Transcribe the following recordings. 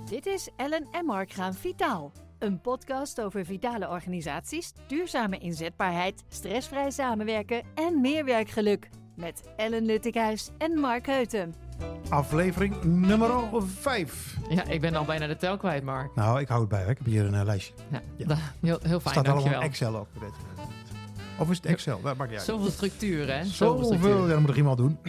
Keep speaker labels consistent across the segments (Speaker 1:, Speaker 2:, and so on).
Speaker 1: Dit is Ellen en Mark gaan vitaal. Een podcast over vitale organisaties, duurzame inzetbaarheid, stressvrij samenwerken en meer werkgeluk. Met Ellen Luttikhuis en Mark Heuten.
Speaker 2: Aflevering nummer 5.
Speaker 3: Ja, ik ben al bijna de tel kwijt, Mark.
Speaker 2: Nou, ik hou het bij. Ik heb hier een lijstje.
Speaker 3: Ja. Heel fijn,
Speaker 2: staat
Speaker 3: dankjewel.
Speaker 2: allemaal Excel op. Of is het Excel? Dat maakt niet uit.
Speaker 3: Zoveel structuur, hè?
Speaker 2: Zoveel, dat moet er iemand doen.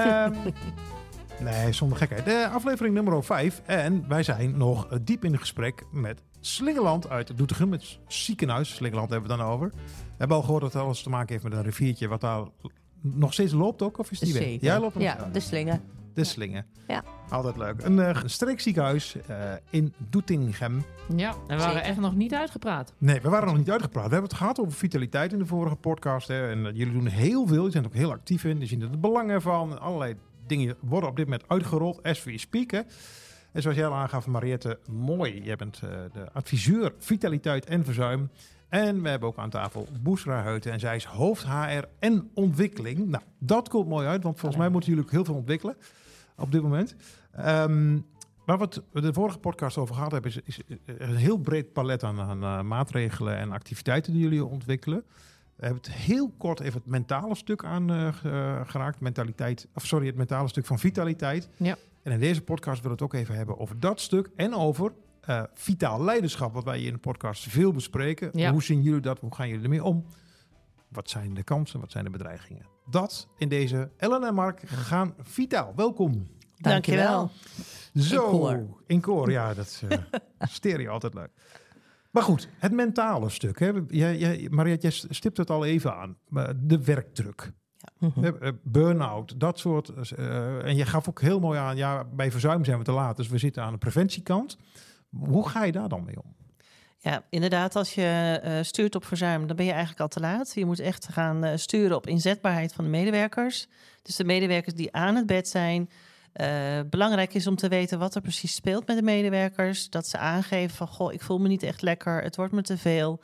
Speaker 2: Nee, zonder gekheid. De aflevering nummer 5. En wij zijn nog diep in gesprek met Slingeland uit Doetinchem. Het ziekenhuis. Slingeland hebben we het dan over. We hebben al gehoord dat het alles te maken heeft met een riviertje wat daar nog steeds loopt ook. Of is die weg? Jij loopt nog?
Speaker 4: Ja, de Slinge.
Speaker 2: De Slinge.
Speaker 4: Ja.
Speaker 2: Altijd leuk. Een streekziekenhuis in Doetinchem.
Speaker 3: Ja, en we waren echt nog niet uitgepraat.
Speaker 2: Nee, we waren nog niet uitgepraat. We hebben het gehad over vitaliteit in de vorige podcast. Hè. En jullie doen heel veel. Jullie zijn er ook heel actief in. Jullie zien er het belang ervan. Allerlei dingen worden op dit moment uitgerold as we speak. Hè. En zoals jij al aangaf, Mariette, mooi. Jij bent de adviseur vitaliteit en verzuim. En we hebben ook aan tafel Boesra Heuten. En zij is hoofd HR en ontwikkeling. Nou, dat komt mooi uit. Want volgens mij moeten jullie ook heel veel ontwikkelen op dit moment. Waar we het de vorige podcast over gehad hebben, is een heel breed palet aan maatregelen en activiteiten die jullie ontwikkelen. We hebben het heel kort even het mentale stuk aangeraakt. Het mentale stuk van vitaliteit.
Speaker 3: Ja.
Speaker 2: En in deze podcast willen we het ook even hebben over dat stuk en over vitaal leiderschap, wat wij hier in de podcast veel bespreken.
Speaker 3: Ja.
Speaker 2: Hoe zien jullie dat? Hoe gaan jullie ermee om? Wat zijn de kansen? Wat zijn de bedreigingen? Dat in deze Ellen en Mark gaan vitaal. Welkom.
Speaker 4: Dankjewel.
Speaker 2: Zo, in koor. Ja, dat is stereo altijd leuk. Maar goed, het mentale stuk. Hè. Mariette, jij stipt het al even aan. De werkdruk. Ja. Burn-out, dat soort. En je gaf ook heel mooi aan, ja, bij verzuim zijn we te laat. Dus we zitten aan de preventiekant. Hoe ga je daar dan mee om?
Speaker 4: Ja, inderdaad, als je stuurt op verzuim, dan ben je eigenlijk al te laat. Je moet echt gaan sturen op inzetbaarheid van de medewerkers. Dus de medewerkers die aan het bed zijn. Belangrijk is om te weten wat er precies speelt met de medewerkers. Dat ze aangeven van, goh, ik voel me niet echt lekker, het wordt me te veel.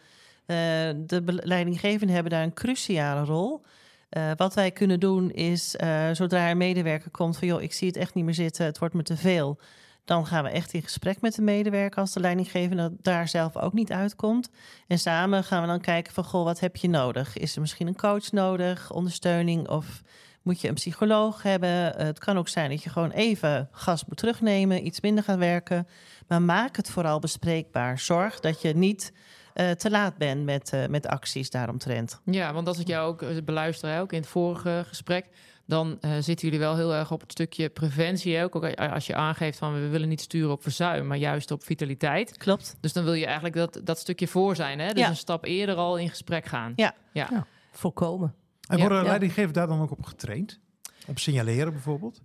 Speaker 4: De leidinggevenden hebben daar een cruciale rol. Wat wij kunnen doen is, zodra een medewerker komt van, joh, ik zie het echt niet meer zitten, het wordt me te veel. Dan gaan we echt in gesprek met de medewerker als de leidinggevende daar zelf ook niet uitkomt. En samen gaan we dan kijken van, goh, wat heb je nodig? Is er misschien een coach nodig, ondersteuning of moet je een psycholoog hebben? Het kan ook zijn dat je gewoon even gas moet terugnemen, iets minder gaat werken. Maar maak het vooral bespreekbaar. Zorg dat je niet te laat bent met acties daaromtrent.
Speaker 3: Ja, want als ik jou ook beluister, ook in het vorige gesprek, dan zitten jullie wel heel erg op het stukje preventie. Ook als je aangeeft van we willen niet sturen op verzuim, maar juist op vitaliteit.
Speaker 4: Klopt.
Speaker 3: Dus dan wil je eigenlijk dat stukje voor zijn. Hè? Dus
Speaker 4: ja.
Speaker 3: een stap eerder al in gesprek gaan.
Speaker 4: Ja. Voorkomen.
Speaker 2: En worden leidinggevenden daar dan ook op getraind? Op signaleren bijvoorbeeld?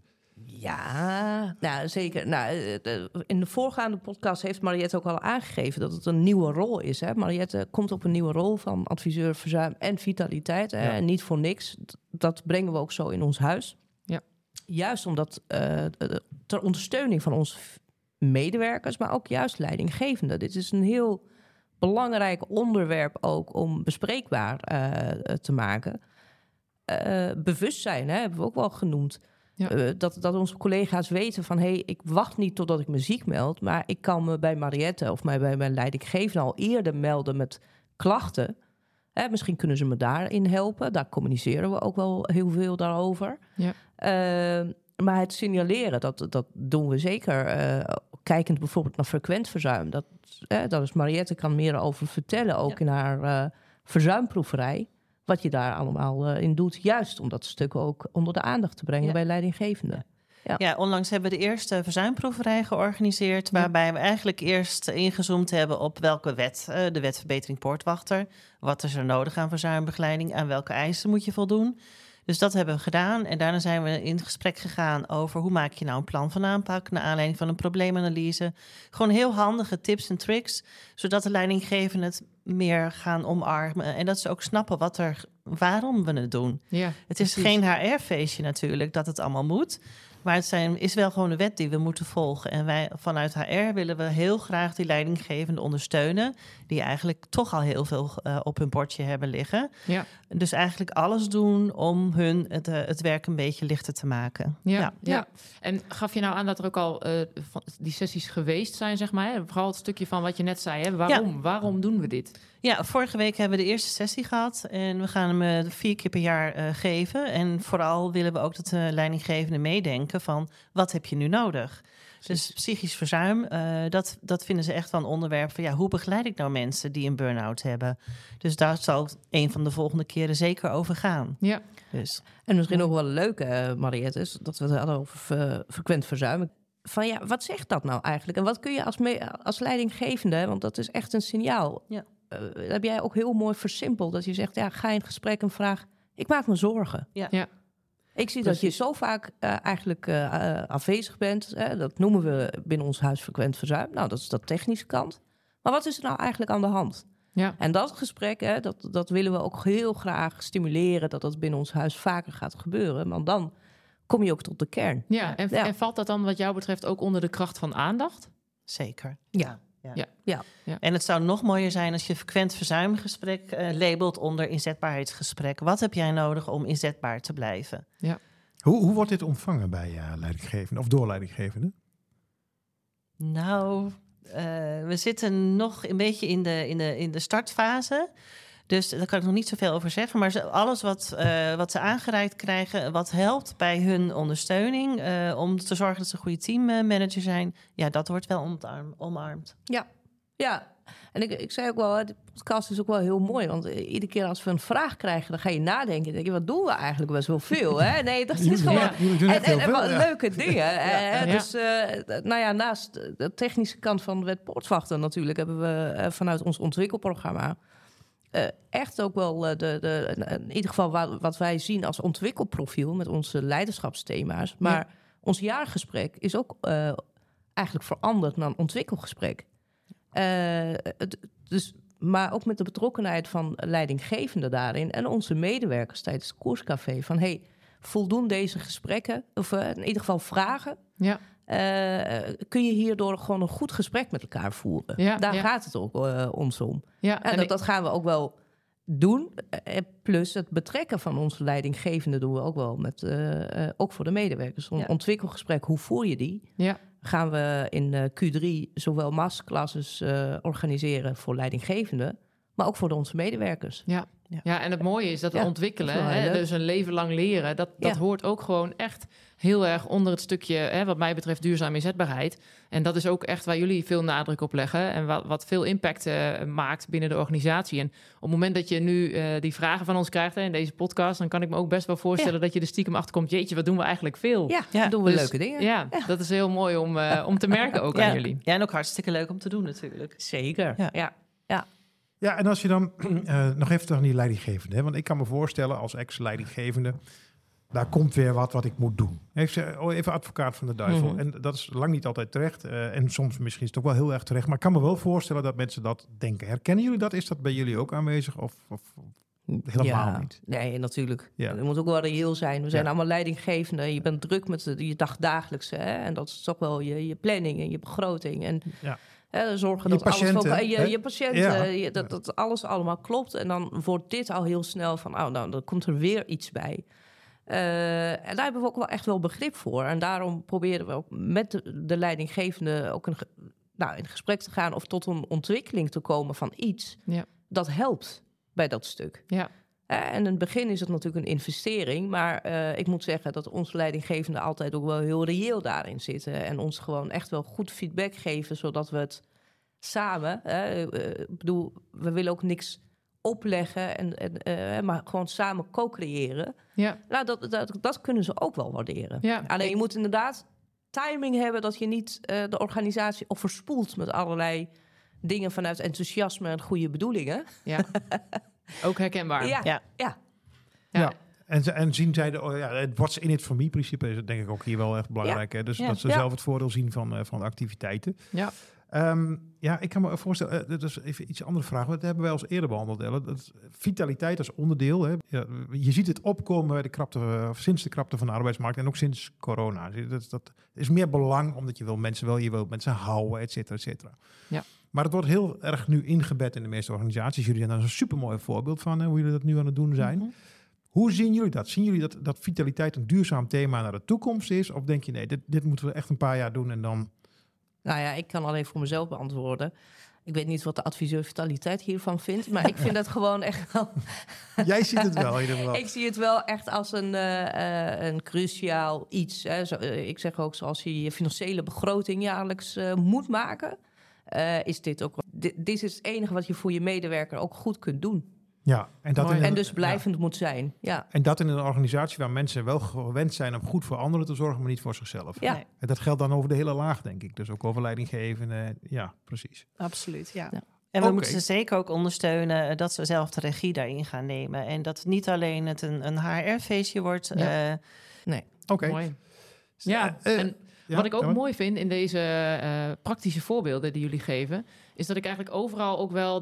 Speaker 5: Ja, nou zeker. Nou, in de voorgaande podcast heeft Mariette ook al aangegeven dat het een nieuwe rol is. Hè? Mariette komt op een nieuwe rol van adviseur verzuim en vitaliteit. Hè? En niet voor niks. Dat brengen we ook zo in ons huis.
Speaker 3: Ja.
Speaker 5: Juist omdat ter ondersteuning van onze medewerkers, maar ook juist leidinggevenden. Dit is een heel belangrijk onderwerp ook om bespreekbaar te maken. Bewustzijn, hè, hebben we ook wel genoemd. Ja. Dat onze collega's weten van, hey, ik wacht niet totdat ik me ziek meld, maar ik kan me bij Mariette of bij mijn leidinggevende al eerder melden met klachten. Misschien kunnen ze me daarin helpen. Daar communiceren we ook wel heel veel daarover. Ja. Maar het signaleren, dat doen we zeker. Kijkend bijvoorbeeld naar frequent verzuim. Dat is Mariette kan meer over vertellen, ook in haar verzuimproeverij. Wat je daar allemaal in doet, juist om dat stuk ook onder de aandacht te brengen bij leidinggevenden.
Speaker 4: Ja, onlangs hebben we de eerste verzuimproeverij georganiseerd, waarbij we eigenlijk eerst ingezoomd hebben op welke wet, de wet verbetering poortwachter, wat is er nodig aan verzuimbegeleiding, aan welke eisen moet je voldoen. Dus dat hebben we gedaan en daarna zijn we in gesprek gegaan over hoe maak je nou een plan van aanpak naar aanleiding van een probleemanalyse. Gewoon heel handige tips en tricks, zodat de leidinggevenden het meer gaan omarmen en dat ze ook snappen waarom we het doen. Ja, het is geen HR-feestje natuurlijk, dat het allemaal moet. Maar het is wel gewoon een wet die we moeten volgen. En wij vanuit HR willen we heel graag die leidinggevenden ondersteunen, die eigenlijk toch al heel veel op hun bordje hebben liggen.
Speaker 3: Ja.
Speaker 4: Dus eigenlijk alles doen om hun het werk een beetje lichter te maken.
Speaker 3: Ja. En gaf je nou aan dat er ook al die sessies geweest zijn, zeg maar? Hè? Vooral het stukje van wat je net zei. Hè? Waarom doen we dit?
Speaker 4: Ja, vorige week hebben we de eerste sessie gehad. En we gaan hem 4 keer per jaar geven. En vooral willen we ook dat de leidinggevenden meedenken van, wat heb je nu nodig? Dus psychisch verzuim, dat vinden ze echt wel een onderwerp van, hoe begeleid ik nou mensen die een burn-out hebben? Dus daar zal een van de volgende keren zeker over gaan.
Speaker 3: Ja.
Speaker 4: Dus.
Speaker 5: En misschien nog wel een leuke, Mariette, is dat we het hadden over frequent verzuim. Van wat zegt dat nou eigenlijk? En wat kun je als leidinggevende, want dat is echt een signaal. Ja. Heb jij ook heel mooi versimpeld dat je zegt, ga in gesprek en vraag, ik maak me zorgen.
Speaker 3: Ja.
Speaker 5: Ik zie dat je zo vaak eigenlijk afwezig bent. Dat noemen we binnen ons huis frequent verzuim. Nou, dat is de technische kant. Maar wat is er nou eigenlijk aan de hand?
Speaker 3: Ja.
Speaker 5: En dat gesprek, dat willen we ook heel graag stimuleren, dat dat binnen ons huis vaker gaat gebeuren. Want dan kom je ook tot de kern.
Speaker 3: Ja, en valt dat dan wat jou betreft ook onder de kracht van aandacht?
Speaker 4: Zeker.
Speaker 5: Ja.
Speaker 4: En het zou nog mooier zijn als je frequent verzuimgesprek labelt onder inzetbaarheidsgesprek. Wat heb jij nodig om inzetbaar te blijven?
Speaker 3: Ja.
Speaker 2: Hoe wordt dit ontvangen bij leidinggevenden of door leidinggevenden?
Speaker 4: Nou, we zitten nog een beetje in de startfase. Dus daar kan ik nog niet zoveel over zeggen. Maar alles wat ze aangereikt krijgen, wat helpt bij hun ondersteuning, om te zorgen dat ze een goede teammanager zijn, dat wordt wel omarmd.
Speaker 5: Ja. En ik zei ook wel, de podcast is ook wel heel mooi. Want iedere keer als we een vraag krijgen, dan ga je nadenken. Dan denk je, wat doen we eigenlijk best wel veel? Hè? Nee, dat is gewoon... leuke dingen. Dus naast de technische kant van de wet poortwachter natuurlijk, hebben we vanuit ons ontwikkelprogramma echt ook wel in ieder geval wat wij zien als ontwikkelprofiel met onze leiderschapsthema's. Maar ons jaargesprek is ook eigenlijk veranderd naar een ontwikkelgesprek. Maar ook met de betrokkenheid van leidinggevenden daarin en onze medewerkers tijdens het koerscafé. Van voldoen deze gesprekken, of in ieder geval vragen. Ja. Kun je hierdoor gewoon een goed gesprek met elkaar voeren. Daar gaat het ook ons om. Ja, en dat gaan we ook wel doen. Plus het betrekken van onze leidinggevenden doen we ook wel ook voor de medewerkers. Een ontwikkelgesprek, hoe voer je die? Ja. Gaan we in Q3 zowel masterclasses organiseren voor leidinggevenden, maar ook voor onze medewerkers.
Speaker 3: Ja, en het mooie is dat we ontwikkelen, dus een leven lang leren, dat hoort ook gewoon echt heel erg onder het stukje, wat mij betreft, duurzame inzetbaarheid. En dat is ook echt waar jullie veel nadruk op leggen en wat veel impact maakt binnen de organisatie. En op het moment dat je nu die vragen van ons krijgt in deze podcast, dan kan ik me ook best wel voorstellen dat je er stiekem achter komt, jeetje, wat doen we eigenlijk veel?
Speaker 5: Ja, doen we leuke dingen.
Speaker 3: Ja, dat is heel mooi om te merken ook aan jullie.
Speaker 4: Ja, en ook hartstikke leuk om te doen natuurlijk.
Speaker 5: Zeker,
Speaker 2: Ja, en als je dan nog even terug naar die leidinggevende. Hè? Want ik kan me voorstellen als ex-leidinggevende, daar komt weer wat ik moet doen. Even advocaat van de duivel. Mm-hmm. En dat is lang niet altijd terecht. En soms misschien is het ook wel heel erg terecht. Maar ik kan me wel voorstellen dat mensen dat denken. Herkennen jullie dat? Is dat bij jullie ook aanwezig? Of helemaal niet?
Speaker 5: Nee, natuurlijk. Ja. Je moet ook wel reëel zijn. We zijn allemaal leidinggevenden. Je bent druk met je dagdagelijkse. Hè? En dat is toch wel je planning en je begroting. En zorgen dat
Speaker 2: patiënten,
Speaker 5: alles je patiënten, dat alles allemaal klopt. En dan wordt dit al heel snel van, dan komt er weer iets bij. En daar hebben we ook wel echt wel begrip voor. En daarom proberen we ook met de leidinggevende ook in gesprek te gaan of tot een ontwikkeling te komen van iets. Ja. Dat helpt bij dat stuk. Ja. En in het begin is het natuurlijk een investering. Maar ik moet zeggen dat onze leidinggevenden altijd ook wel heel reëel daarin zitten. En ons gewoon echt wel goed feedback geven, zodat we het samen... we willen ook niks opleggen, maar gewoon samen co-creëren. Ja. Nou, dat kunnen ze ook wel waarderen. Ja. Alleen je moet inderdaad timing hebben dat je niet de organisatie overspoelt met allerlei dingen vanuit enthousiasme en goede bedoelingen.
Speaker 3: Ja. Ook herkenbaar.
Speaker 2: Ja. En zien zij het what's in it for me principe is denk ik ook hier wel echt belangrijk. Hè? Dus dat ze zelf het voordeel zien van de activiteiten.
Speaker 3: Ja.
Speaker 2: Ik kan me voorstellen, dat is even iets andere vraag. Dat hebben wij al eerder behandeld, Ellen. Dat vitaliteit als onderdeel. Hè? Ja, je ziet het opkomen bij sinds de krapte van de arbeidsmarkt en ook sinds corona. Dat is meer belang, omdat je wilt mensen houden, et cetera, et cetera.
Speaker 3: Ja.
Speaker 2: Maar het wordt heel erg nu ingebed in de meeste organisaties. Jullie zijn daar een supermooi voorbeeld van, hoe jullie dat nu aan het doen zijn. Mm-hmm. Hoe zien jullie dat? Zien jullie dat vitaliteit een duurzaam thema naar de toekomst is? Of denk je, nee, dit moeten we echt een paar jaar doen en dan...
Speaker 5: Nou ja, ik kan alleen voor mezelf beantwoorden. Ik weet niet wat de adviseur vitaliteit hiervan vindt, maar ik vind dat gewoon echt wel...
Speaker 2: Jij ziet het wel in ieder geval.
Speaker 5: Ik zie het wel echt als een cruciaal iets. Hè. Ik zeg ook, zoals je financiële begroting jaarlijks moet maken, is dit ook... Dit is het enige wat je voor je medewerker ook goed kunt doen.
Speaker 2: Ja, en
Speaker 5: dus blijvend moet zijn. Ja.
Speaker 2: En dat in een organisatie waar mensen wel gewend zijn om goed voor anderen te zorgen, maar niet voor zichzelf.
Speaker 5: Ja.
Speaker 2: En dat geldt dan over de hele laag, denk ik. Dus ook over leidinggevenden. Ja, precies.
Speaker 4: Absoluut, ja. En we moeten ze zeker ook ondersteunen dat ze zelf de regie daarin gaan nemen. En dat niet alleen het een HR-feestje wordt.
Speaker 5: Ja.
Speaker 2: Nee. Oké.
Speaker 3: Mooi. Ja, en wat ik ook mooi vind in deze praktische voorbeelden die jullie geven, is dat ik eigenlijk overal ook wel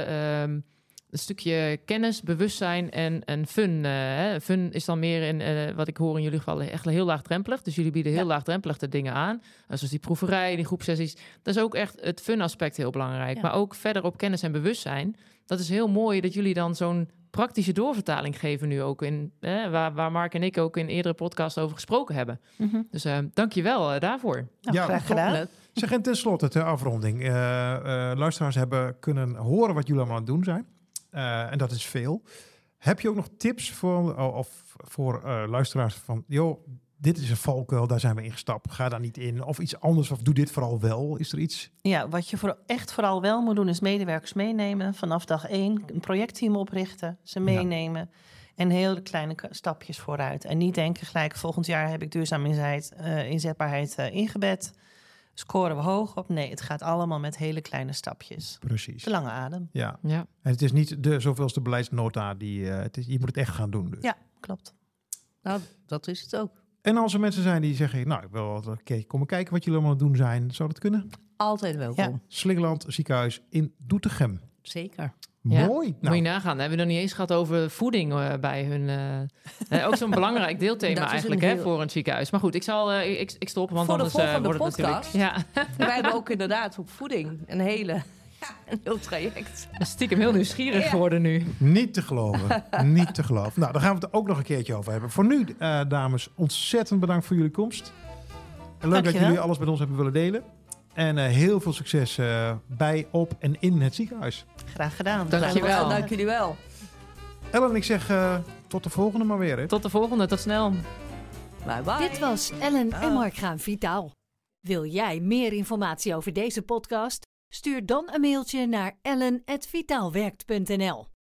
Speaker 3: een stukje kennis, bewustzijn en fun. Fun is dan meer in, wat ik hoor in jullie geval, echt heel laagdrempelig. Dus jullie bieden heel laagdrempelig de dingen aan. Zoals die proeverij, die groepsessies. Dat is ook echt het fun aspect heel belangrijk. Ja. Maar ook verder op kennis en bewustzijn. Dat is heel mooi dat jullie dan zo'n praktische doorvertaling geven nu ook in, waar Mark en ik ook in eerdere podcasts over gesproken hebben. Mm-hmm. Dus dank je wel daarvoor.
Speaker 4: Nou, graag gedaan.
Speaker 2: Zeg, en tenslotte ter afronding. Luisteraars hebben kunnen horen wat jullie allemaal aan het doen zijn. En dat is veel. Heb je ook nog tips voor luisteraars van... joh, dit is een valkuil, daar zijn we in gestapt. Ga daar niet in. Of iets anders, of doe dit vooral wel. Is er iets?
Speaker 4: Ja, wat je vooral wel moet doen, is medewerkers meenemen. Vanaf dag 1 een projectteam oprichten, ze meenemen. Ja. En hele kleine stapjes vooruit. En niet denken gelijk, volgend jaar heb ik duurzaam inzetbaarheid ingebed. Scoren we hoog op? Nee, het gaat allemaal met hele kleine stapjes.
Speaker 2: Precies.
Speaker 4: De lange adem.
Speaker 2: Ja. En het is niet de zoveelste beleidsnota. Je moet het echt gaan doen. Dus.
Speaker 4: Ja, klopt.
Speaker 5: Nou, dat is het ook.
Speaker 2: En als er mensen zijn die zeggen, nou, ik wil wel komen kijken wat jullie allemaal aan het doen zijn. Zou dat kunnen?
Speaker 5: Altijd welkom.
Speaker 2: Ja. Slingeland ziekenhuis in Doetinchem.
Speaker 5: Zeker.
Speaker 3: Ja,
Speaker 2: mooi.
Speaker 3: Moet je nagaan. Hebben we nog niet eens gehad over voeding bij hun. Ook zo'n belangrijk deelthema eigenlijk voor een ziekenhuis. Maar goed, ik stop, want
Speaker 5: voor
Speaker 3: anders wordt het natuurlijk...
Speaker 5: Ja. Wij hebben ook inderdaad op voeding een heel traject.
Speaker 3: Stiekem heel nieuwsgierig geworden nu.
Speaker 2: Niet te geloven. Niet te geloven. Nou, daar gaan we het ook nog een keertje over hebben. Voor nu, dames, ontzettend bedankt voor jullie komst. En leuk dat jullie alles met ons hebben willen delen. En heel veel succes bij, op en in het ziekenhuis.
Speaker 4: Graag gedaan.
Speaker 3: Dankjewel.
Speaker 5: Dank jullie wel.
Speaker 2: Ellen, ik zeg tot de volgende maar weer. Hè?
Speaker 3: Tot de volgende, tot snel.
Speaker 5: Bye bye.
Speaker 1: Dit was Ellen en Mark gaan Vitaal. Wil jij meer informatie over deze podcast? Stuur dan een mailtje naar ellen@vitaalwerkt.nl.